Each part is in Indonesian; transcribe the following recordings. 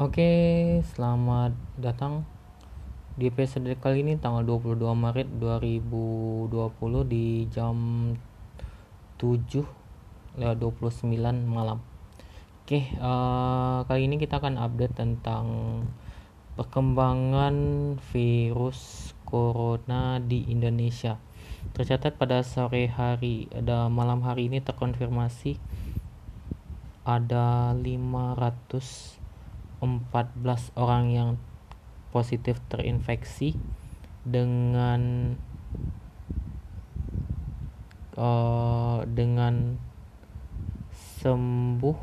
Oke, selamat datang di episode kali ini tanggal 22 Maret 2020 di jam 7:29 malam. Oke, kali ini kita akan update tentang perkembangan virus corona di Indonesia. Tercatat pada malam hari ini terkonfirmasi ada 514 orang yang positif terinfeksi dengan sembuh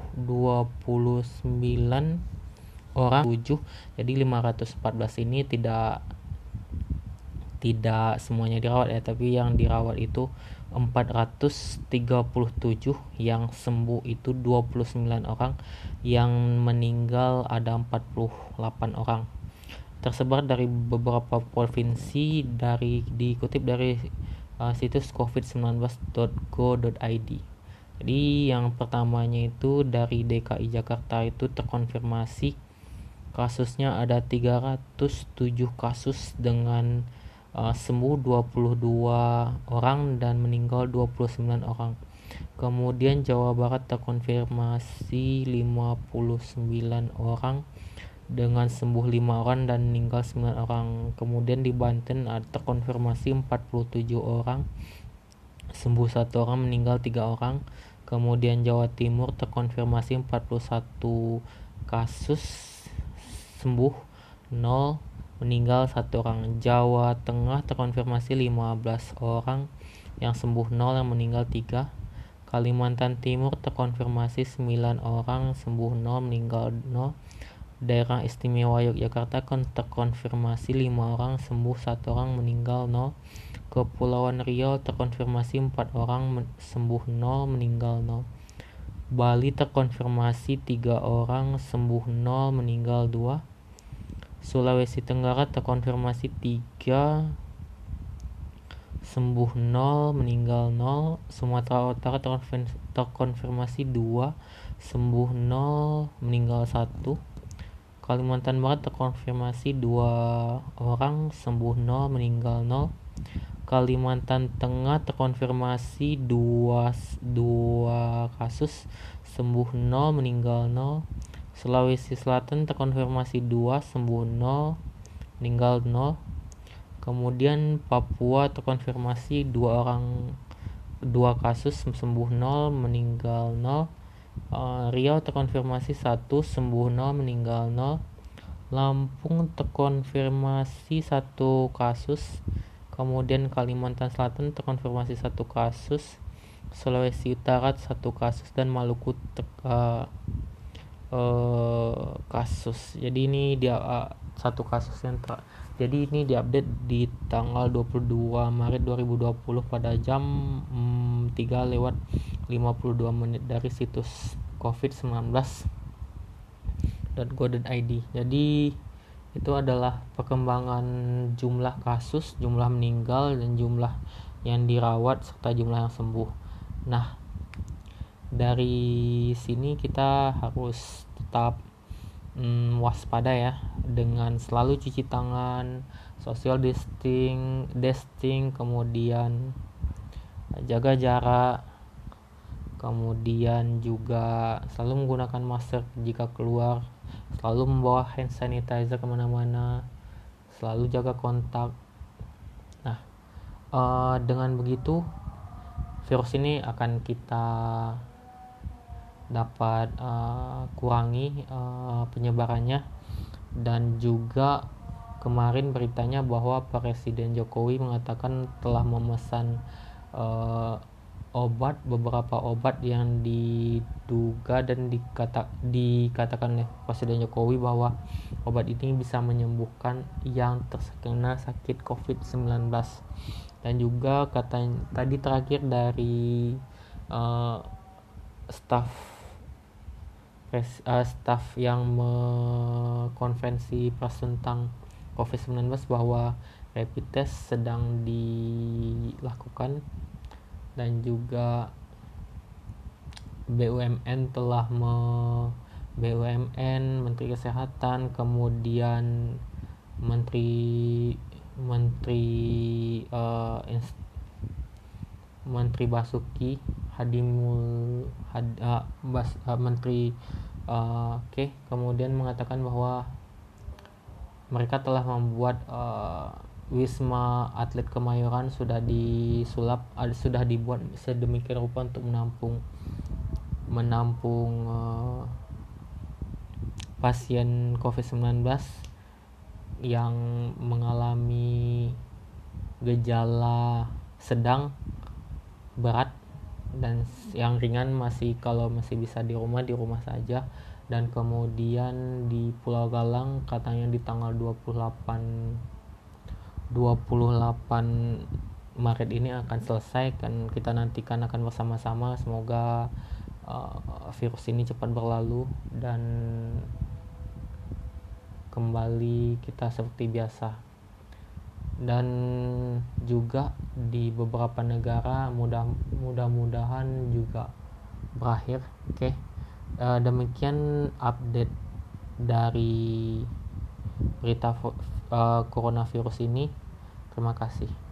29 orang 7. Jadi 514 ini tidak semuanya dirawat ya, tapi yang dirawat itu 437, yang sembuh itu 29 orang, yang meninggal ada 48 orang. Tersebar dari beberapa provinsi, dikutip dari situs covid19.go.id. Jadi yang pertamanya itu dari DKI Jakarta itu terkonfirmasi kasusnya ada 307 kasus dengan sembuh 22 orang dan meninggal 29 orang. Kemudian Jawa Barat terkonfirmasi 59 orang dengan sembuh 5 orang dan meninggal 9 orang. Kemudian di Banten terkonfirmasi 47 orang, sembuh 1 orang, meninggal 3 orang. Kemudian Jawa Timur terkonfirmasi 41 kasus, sembuh 0, meninggal 1 orang. Jawa Tengah terkonfirmasi 15 orang, yang sembuh 0, yang meninggal 3. Kalimantan Timur terkonfirmasi 9 orang, sembuh 0, meninggal 0. Daerah Istimewa Yogyakarta terkonfirmasi 5 orang, sembuh 1 orang, meninggal 0. Kepulauan Riau terkonfirmasi 4 orang, sembuh 0, meninggal 0. Bali terkonfirmasi 3 orang, sembuh 0, meninggal 2. Sulawesi Tenggara terkonfirmasi 3, sembuh 0, meninggal 0. Sumatera Utara terkonfirmasi 2, sembuh 0, meninggal 1. Kalimantan Barat terkonfirmasi 2 orang, sembuh 0, meninggal 0. Kalimantan Tengah terkonfirmasi 2 kasus, sembuh 0, meninggal 0. Sulawesi Selatan terkonfirmasi 2, sembuh 0, meninggal 0. Kemudian Papua terkonfirmasi 2 kasus, sembuh 0, meninggal 0. Riau terkonfirmasi 1, sembuh 0, meninggal 0. Lampung terkonfirmasi 1 kasus. Kemudian Kalimantan Selatan terkonfirmasi 1 kasus. Sulawesi Utara 1 kasus dan Maluku kasus. Jadi ini dia 1 kasus yang jadi ini diupdate di tanggal 22 Maret 2020 pada jam 3:52 dari situs covid19.go.id. Jadi itu adalah perkembangan jumlah kasus, jumlah meninggal, dan jumlah yang dirawat serta jumlah yang sembuh. Nah, dari sini kita harus tetap waspada ya, dengan selalu cuci tangan, social distancing, kemudian jaga jarak, kemudian juga selalu menggunakan masker jika keluar, selalu membawa hand sanitizer kemana-mana, selalu jaga kontak. Nah, dengan begitu virus ini akan kita dapat kurangi penyebarannya. Dan juga kemarin beritanya bahwa Presiden Jokowi mengatakan telah memesan beberapa obat yang diduga dan dikatakan oleh Presiden Jokowi bahwa obat ini bisa menyembuhkan yang terkena sakit COVID-19. Dan juga tadi terakhir dari staf yang konferensi pers tentang COVID-19 bahwa rapid test sedang dilakukan, dan juga BUMN telah BUMN, Menteri Kesehatan, kemudian Menteri Menteri Menteri Basuki Menteri kemudian mengatakan bahwa mereka telah membuat Wisma Atlet Kemayoran sudah dibuat sedemikian rupa untuk menampung pasien COVID-19 yang mengalami gejala sedang, berat, dan yang ringan kalau masih bisa di rumah saja. Dan kemudian di Pulau Galang katanya di tanggal 28 Maret ini akan selesai, kan kita nantikan akan bersama-sama, semoga virus ini cepat berlalu dan kembali kita seperti biasa. Dan juga di beberapa negara mudah-mudahan juga berakhir. Demikian update dari berita coronavirus ini. Terima kasih.